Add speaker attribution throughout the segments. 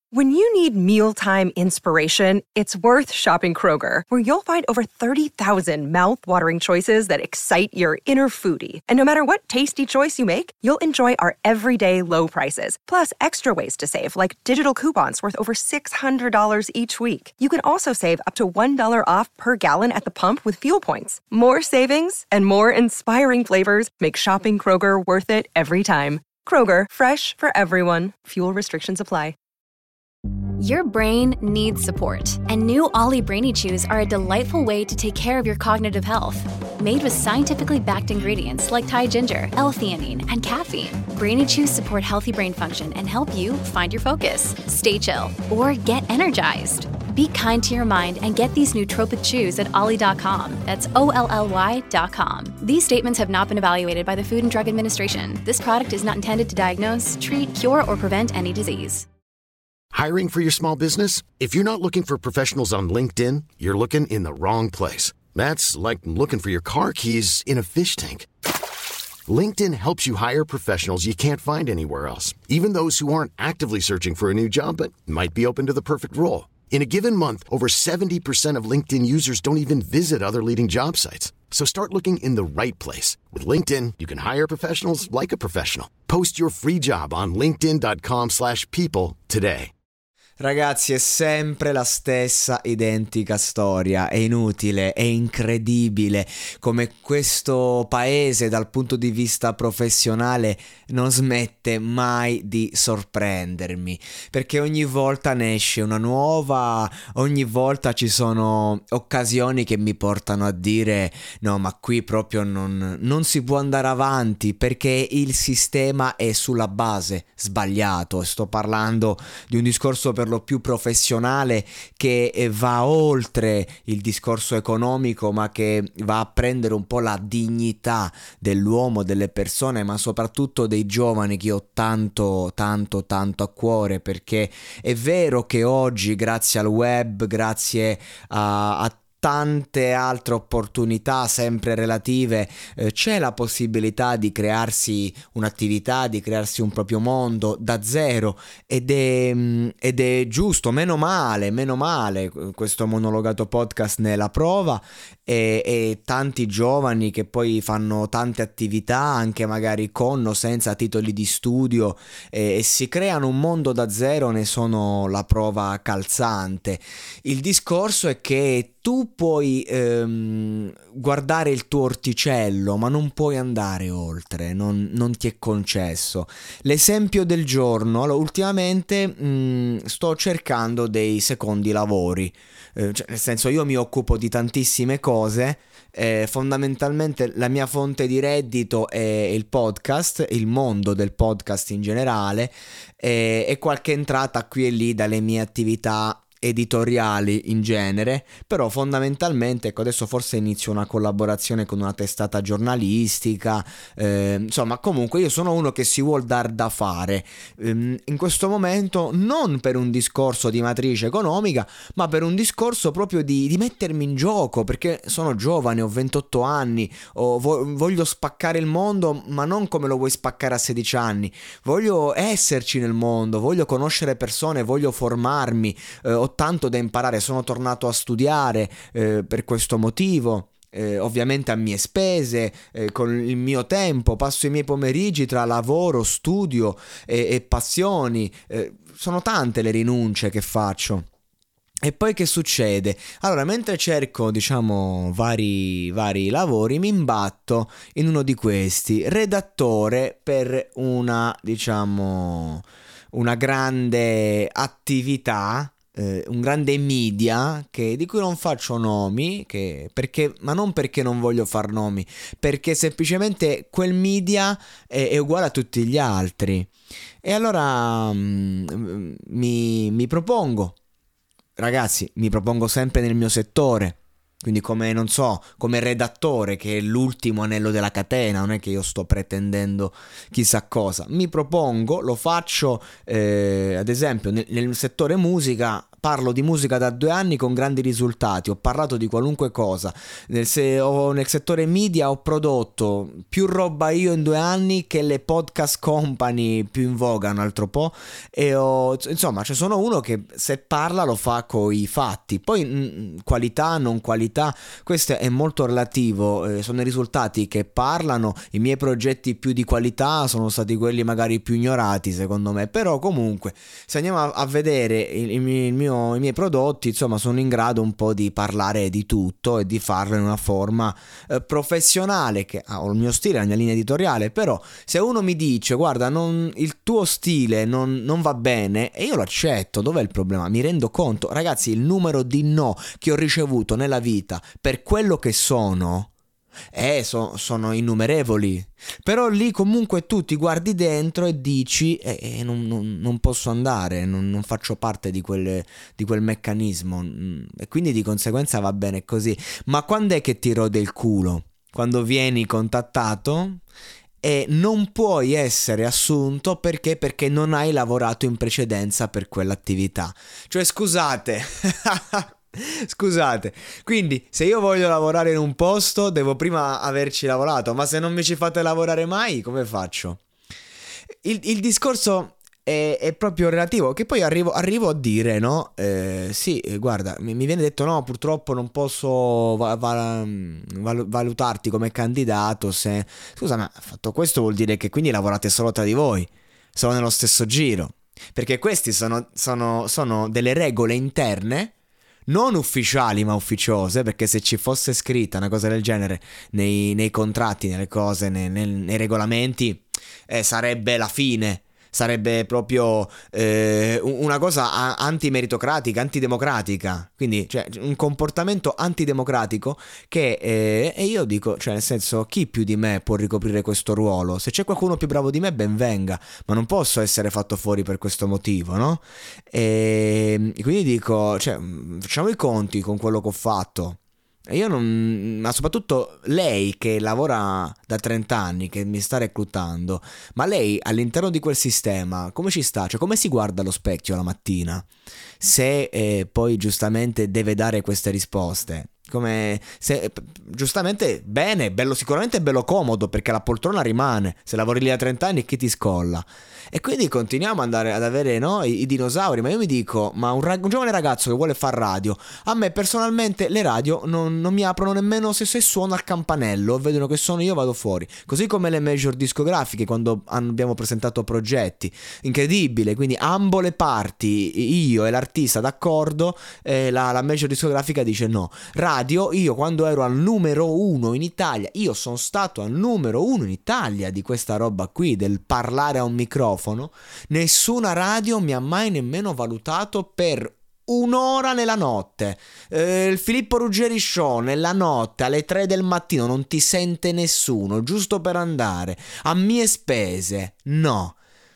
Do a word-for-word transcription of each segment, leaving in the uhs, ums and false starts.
Speaker 1: When you need mealtime inspiration, it's worth shopping Kroger, where you'll find over thirty thousand mouth-watering choices that excite your inner foodie. And no matter what tasty choice you make, you'll enjoy our everyday low prices, plus extra ways to save, like digital coupons worth over six hundred dollars each week. You can also save up to one dollar off per gallon at the pump with fuel points. More savings and more inspiring flavors make shopping Kroger worth it every time. Kroger, fresh for everyone. Fuel restrictions apply.
Speaker 2: Your brain needs support, and new Ollie Brainy Chews are a delightful way to take care of your cognitive health. Made with scientifically backed ingredients like Thai ginger, L-theanine, and caffeine, Brainy Chews support healthy brain function and help you find your focus, stay chill, or get energized. Be kind to your mind and get these nootropic chews at ollie dot com. That's O L L Y dot com. These statements have not been evaluated by the Food and Drug Administration. This product is not intended to diagnose, treat, cure, or prevent any disease.
Speaker 3: Hiring for your small business? If you're not looking for professionals on LinkedIn, you're looking in the wrong place. That's like looking for your car keys in a fish tank. LinkedIn helps you hire professionals you can't find anywhere else, even those who aren't actively searching for a new job but might be open to the perfect role. In a given month, over seventy percent of LinkedIn users don't even visit other leading job sites. So start looking in the right place. With LinkedIn, you can hire professionals like a professional. Post your free job on linkedin dot com slash people today.
Speaker 4: Ragazzi, è sempre la stessa identica storia, è inutile, è incredibile come questo paese dal punto di vista professionale non smette mai di sorprendermi, perché ogni volta ne esce una nuova, ogni volta ci sono occasioni che mi portano a dire no, ma qui proprio non, non si può andare avanti perché il sistema è sulla base sbagliato. Sto parlando di un discorso per lo più professionale che va oltre il discorso economico, ma che va a prendere un po' la dignità dell'uomo, delle persone, ma soprattutto dei giovani che ho tanto tanto tanto a cuore, perché è vero che oggi grazie al web, grazie a, a tante altre opportunità sempre relative, eh, c'è la possibilità di crearsi un'attività, di crearsi un proprio mondo da zero, ed è, ed è giusto, meno male, meno male, questo monologato podcast ne è la prova, e, e tanti giovani che poi fanno tante attività anche magari con o senza titoli di studio, e, e si creano un mondo da zero, ne sono la prova calzante. Il discorso è che tu puoi ehm, guardare il tuo orticello, ma non puoi andare oltre, non, non ti è concesso. L'esempio del giorno: allora, ultimamente mh, sto cercando dei secondi lavori, eh, cioè, nel senso, io mi occupo di tantissime cose, eh, fondamentalmente la mia fonte di reddito è il podcast, il mondo del podcast in generale, eh, e qualche entrata qui e lì dalle mie attività editoriali in genere, però fondamentalmente, ecco, adesso forse inizio una collaborazione con una testata giornalistica, eh, insomma, comunque io sono uno che si vuol dar da fare, ehm, in questo momento, non per un discorso di matrice economica, ma per un discorso proprio di, di mettermi in gioco, perché sono giovane, ho ventotto anni, ho, vo- voglio spaccare il mondo, ma non come lo vuoi spaccare a sedici anni, voglio esserci nel mondo, voglio conoscere persone, voglio formarmi, eh, ho tanto da imparare, sono tornato a studiare eh, per questo motivo, eh, ovviamente a mie spese, eh, con il mio tempo, passo i miei pomeriggi tra lavoro, studio e, e passioni, eh, sono tante le rinunce che faccio. E poi che succede? Allora, mentre cerco, diciamo, vari, vari lavori, mi imbatto in uno di questi, redattore per una, diciamo, una grande attività, eh, un grande media che, di cui non faccio nomi, che, perché, ma non perché non voglio far nomi, perché semplicemente quel media è, è uguale a tutti gli altri. E allora mm, mi, mi propongo, ragazzi, mi propongo sempre nel mio settore, quindi come, non so, come redattore, che è l'ultimo anello della catena, non è che io sto pretendendo chissà cosa, mi propongo, lo faccio, eh, ad esempio nel, nel settore musica, parlo di musica da due anni con grandi risultati, ho parlato di qualunque cosa, nel, se, o nel settore media ho prodotto più roba io in due anni che le podcast company più in voga un altro po', e ho, insomma, cioè sono uno che se parla lo fa coi fatti. Poi mh, qualità, non qualità, questo è molto relativo, eh, sono i risultati che parlano. I miei progetti più di qualità sono stati quelli magari più ignorati secondo me, però comunque se andiamo a, a vedere il, il mio, il mio, i miei prodotti, insomma, sono in grado un po' di parlare di tutto e di farlo in una forma eh, professionale, che ha il mio stile, la mia linea editoriale. Però se uno mi dice guarda non, il tuo stile non, non va bene, e io lo accetto, dov'è il problema? Mi rendo conto, ragazzi, il numero di no che ho ricevuto nella vita per quello che sono Eh, so, sono innumerevoli, però lì comunque tu ti guardi dentro e dici eh, eh, non, non, non posso andare, non, non faccio parte di quel, di quel meccanismo, e quindi di conseguenza va bene così. Ma quando è che ti rode il culo? Quando vieni contattato e non puoi essere assunto perché perché non hai lavorato in precedenza per quell'attività. Cioè scusate Scusate, quindi se io voglio lavorare in un posto devo prima averci lavorato, ma se non mi ci fate lavorare mai, come faccio? Il, il discorso è, è proprio relativo, che poi arrivo, arrivo a dire, no? Eh, sì, guarda, mi, mi viene detto no, purtroppo non posso va, va, val, valutarti come candidato se... Scusa, ma fatto questo vuol dire che quindi lavorate solo tra di voi, solo nello stesso giro, perché questi sono, sono, sono delle regole interne, non ufficiali ma ufficiose, perché se ci fosse scritta una cosa del genere nei, nei contratti, nelle cose, nei, nei, nei regolamenti, eh, sarebbe la fine, sarebbe proprio eh, una cosa antimeritocratica, antidemocratica, quindi cioè, un comportamento antidemocratico che eh, e io dico, cioè nel senso, chi più di me può ricoprire questo ruolo? Se c'è qualcuno più bravo di me ben venga, ma non posso essere fatto fuori per questo motivo, no? E quindi dico, cioè, facciamo i conti con quello che ho fatto. E io non... ma soprattutto lei che lavora da trenta anni, che mi sta reclutando, ma lei all'interno di quel sistema come ci sta? Cioè come si guarda allo specchio la mattina? Se eh, poi giustamente deve dare queste risposte, come se giustamente bene, bello, sicuramente bello comodo perché la poltrona rimane, se lavori lì da trenta anni chi ti scolla? E quindi continuiamo ad andare ad avere, no, i, i dinosauri. Ma io mi dico, ma un, rag- un giovane ragazzo che vuole far radio, a me personalmente le radio non, non mi aprono nemmeno se, se suono al campanello, vedono che sono io, vado fuori. Così come le major discografiche quando abbiamo presentato progetti, incredibile, quindi ambo le parti, io e l'artista d'accordo, eh, la, la major discografica dice no. Radio, io quando ero al numero uno in Italia, io sono stato al numero uno in Italia di questa roba qui, del parlare a un microfono, nessuna radio mi ha mai nemmeno valutato per un'ora nella notte. eh, il Filippo Ruggeri Show nella notte alle tre del mattino, non ti sente nessuno, giusto per andare a mie spese, no,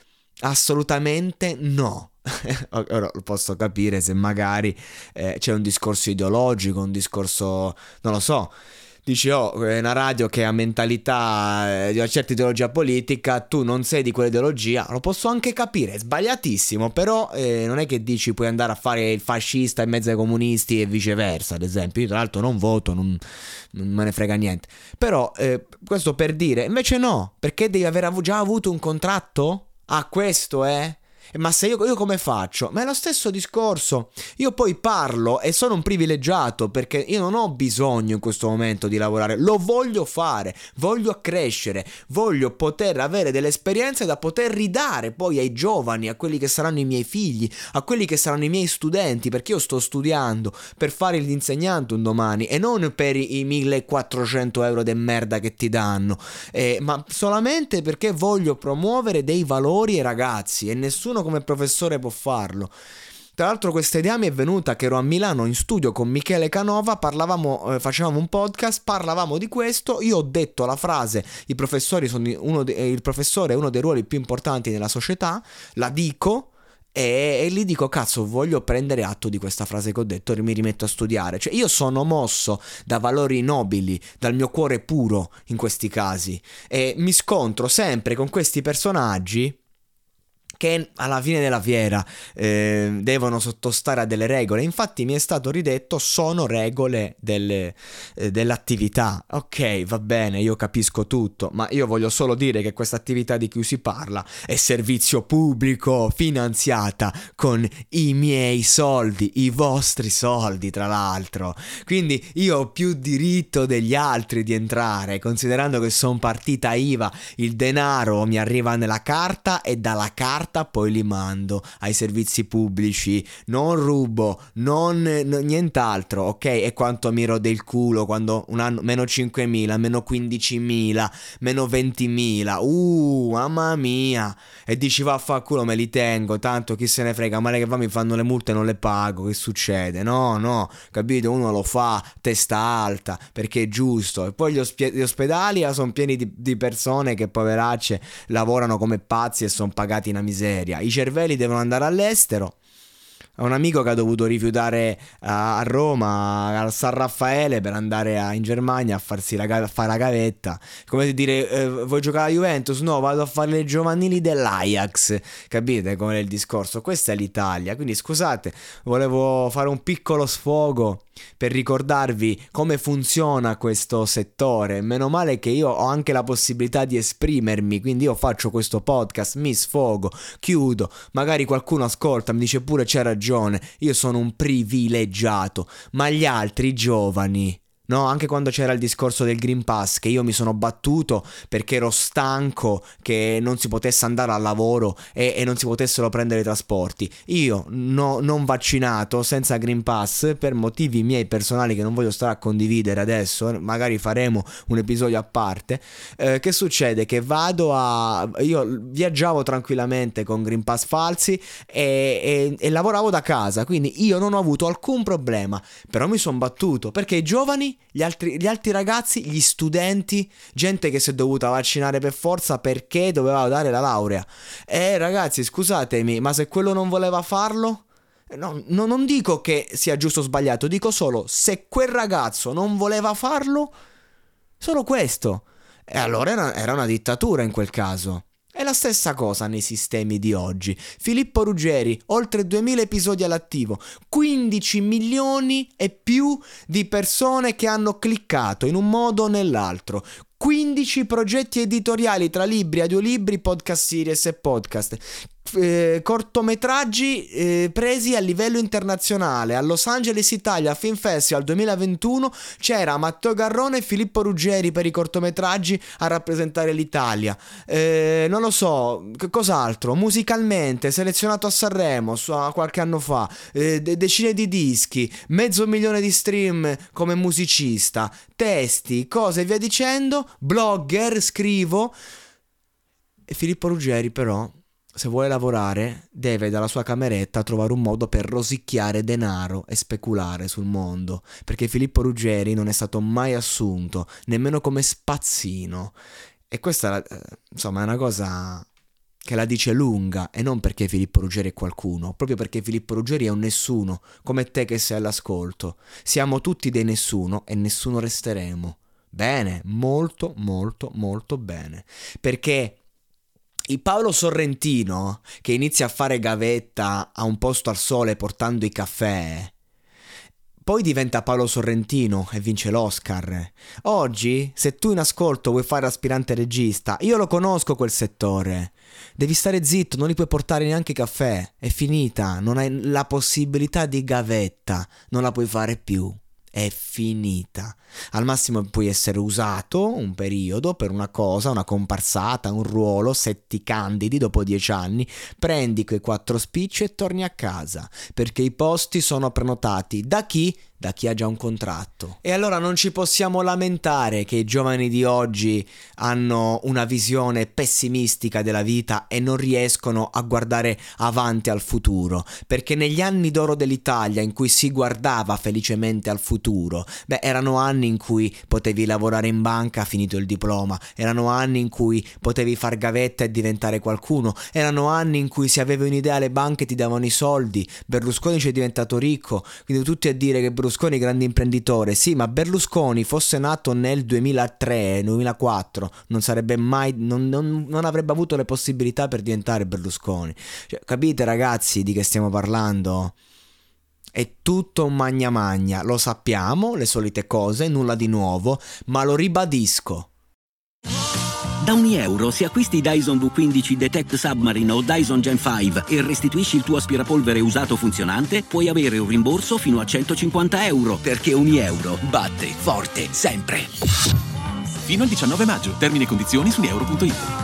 Speaker 4: assolutamente no. Ora lo posso capire se magari eh, c'è un discorso ideologico, un discorso, non lo so, dici oh, è una radio che ha mentalità eh, di una certa ideologia politica, tu non sei di quell'ideologia, lo posso anche capire, è sbagliatissimo, però eh, non è che dici puoi andare a fare il fascista in mezzo ai comunisti e viceversa, ad esempio. Io tra l'altro non voto, non, non me ne frega niente, però eh, questo per dire, invece no, perché devi aver av- già avuto un contratto? Ah, questo è... Ma se io, io come faccio? Ma è lo stesso discorso. Io poi parlo e sono un privilegiato perché io non ho bisogno in questo momento di lavorare, lo voglio fare, voglio crescere, voglio poter avere delle esperienze da poter ridare poi ai giovani, a quelli che saranno i miei figli, a quelli che saranno i miei studenti, perché io sto studiando per fare l'insegnante un domani e non per i millequattrocento euro de merda che ti danno, eh, ma solamente perché voglio promuovere dei valori ai ragazzi e nessuno come professore può farlo. Tra l'altro questa idea mi è venuta che ero a Milano in studio con Michele Canova, parlavamo, eh, facevamo un podcast, parlavamo di questo, io ho detto la frase i professori sono uno de- il professore è uno dei ruoli più importanti nella società, la dico e, e gli dico cazzo voglio prendere atto di questa frase che ho detto e mi rimetto a studiare. Cioè io sono mosso da valori nobili, dal mio cuore puro in questi casi, e mi scontro sempre con questi personaggi che alla fine della fiera eh, devono sottostare a delle regole. Infatti mi è stato ridetto: sono regole delle, eh, dell'attività. Ok, va bene, io capisco tutto, ma io voglio solo dire che questa attività di cui si parla è servizio pubblico, finanziata con i miei soldi, i vostri soldi tra l'altro, quindi io ho più diritto degli altri di entrare, considerando che sono partita I V A, il denaro mi arriva nella carta e dalla carta poi li mando ai servizi pubblici, non rubo, non n- nient'altro, ok? E quanto mi rode il culo quando un anno meno cinquemila, meno quindicimila, meno ventimila, uh, mamma mia, e dici vaffanculo, me li tengo, tanto chi se ne frega, male che va mi fanno le multe e non le pago, che succede? No, no, capito? Uno lo fa testa alta perché è giusto. E poi gli, osp- gli ospedali sono pieni di, di persone che poveracce lavorano come pazzi e sono pagati una miseria. I cervelli devono andare all'estero. Ho un amico che ha dovuto rifiutare a, a Roma, al San Raffaele, per andare a, in Germania a farsi la, a fare la gavetta. Come se dire, eh, vuoi giocare a Juventus? No, vado a fare le giovanili dell'Ajax. Capite come è il discorso? Questa è l'Italia. Quindi scusate, volevo fare un piccolo sfogo per ricordarvi come funziona questo settore. Meno male che io ho anche la possibilità di esprimermi, quindi io faccio questo podcast, mi sfogo, chiudo, magari qualcuno ascolta, mi dice pure c'è ragione, io sono un privilegiato, ma gli altri giovani, no, anche quando c'era il discorso del Green Pass, che io mi sono battuto perché ero stanco che non si potesse andare al lavoro e, e non si potessero prendere i trasporti. Io no, non vaccinato, senza Green Pass, per motivi miei personali che non voglio stare a condividere adesso, magari faremo un episodio a parte. Eh, che succede? Che vado a... io viaggiavo tranquillamente con Green Pass falsi e, e, e lavoravo da casa, quindi io non ho avuto alcun problema, però mi sono battuto perché i giovani, Gli altri, gli altri ragazzi, gli studenti, gente che si è dovuta vaccinare per forza perché doveva dare la laurea. Eh ragazzi, scusatemi, ma se quello non voleva farlo? No, no, non dico che sia giusto o sbagliato, dico solo se quel ragazzo non voleva farlo, solo questo. E allora era, era una dittatura in quel caso. È la stessa cosa nei sistemi di oggi. Filippo Ruggeri, oltre duemila episodi all'attivo, quindici milioni e più di persone che hanno cliccato in un modo o nell'altro, quindici progetti editoriali tra libri, audiolibri, podcast series e podcast. Eh, cortometraggi eh, presi a livello internazionale. A Los Angeles Italia Film Festival duemilaventuno c'era Matteo Garrone e Filippo Ruggeri per i cortometraggi a rappresentare l'Italia. Eh, non lo so, che cos'altro? Musicalmente selezionato a Sanremo su, qualche anno fa, eh, de- decine di dischi, mezzo milione di stream come musicista, testi, cose e via dicendo, blogger, scrivo. E Filippo Ruggeri però, se vuole lavorare, deve dalla sua cameretta trovare un modo per rosicchiare denaro e speculare sul mondo, perché Filippo Ruggeri non è stato mai assunto, nemmeno come spazzino. E questa, insomma, è una cosa che la dice lunga, e non perché Filippo Ruggeri è qualcuno, proprio perché Filippo Ruggeri è un nessuno, come te che sei all'ascolto. Siamo tutti dei nessuno e nessuno resteremo. Bene, molto, molto, molto bene. Perché il Paolo Sorrentino, che inizia a fare gavetta a un posto al sole portando i caffè, poi diventa Paolo Sorrentino e vince l'Oscar. Oggi, se tu in ascolto vuoi fare aspirante regista, io lo conosco quel settore, devi stare zitto, non li puoi portare neanche caffè, è finita, non hai la possibilità di gavetta, non la puoi fare più. È finita. Al massimo puoi essere usato un periodo per una cosa, una comparsata, un ruolo, se ti candidi dopo dieci anni, prendi quei quattro spicci e torni a casa, perché i posti sono prenotati. Da chi? Da chi ha già un contratto. E allora non ci possiamo lamentare che i giovani di oggi hanno una visione pessimistica della vita e non riescono a guardare avanti al futuro, perché negli anni d'oro dell'Italia in cui si guardava felicemente al futuro, beh, erano anni in cui potevi lavorare in banca finito il diploma, erano anni in cui potevi far gavetta e diventare qualcuno, erano anni in cui se avevi un'idea le banche ti davano i soldi, Berlusconi ci è diventato ricco, quindi tutti a dire che Berlusconi Berlusconi grande imprenditore, sì, ma Berlusconi fosse nato nel duemilatré duemilaquattro non sarebbe mai, non, non, non avrebbe avuto le possibilità per diventare Berlusconi. Cioè, capite ragazzi di che stiamo parlando? È tutto un magna magna, lo sappiamo, le solite cose, nulla di nuovo, ma lo ribadisco.
Speaker 5: Da ogni euro, se acquisti Dyson V quindici Detect Submarine o Dyson Gen cinque e restituisci il tuo aspirapolvere usato funzionante, puoi avere un rimborso fino a centocinquanta euro, perché ogni euro batte forte sempre.
Speaker 6: Fino al diciannove maggio, termini e condizioni su euro punto it.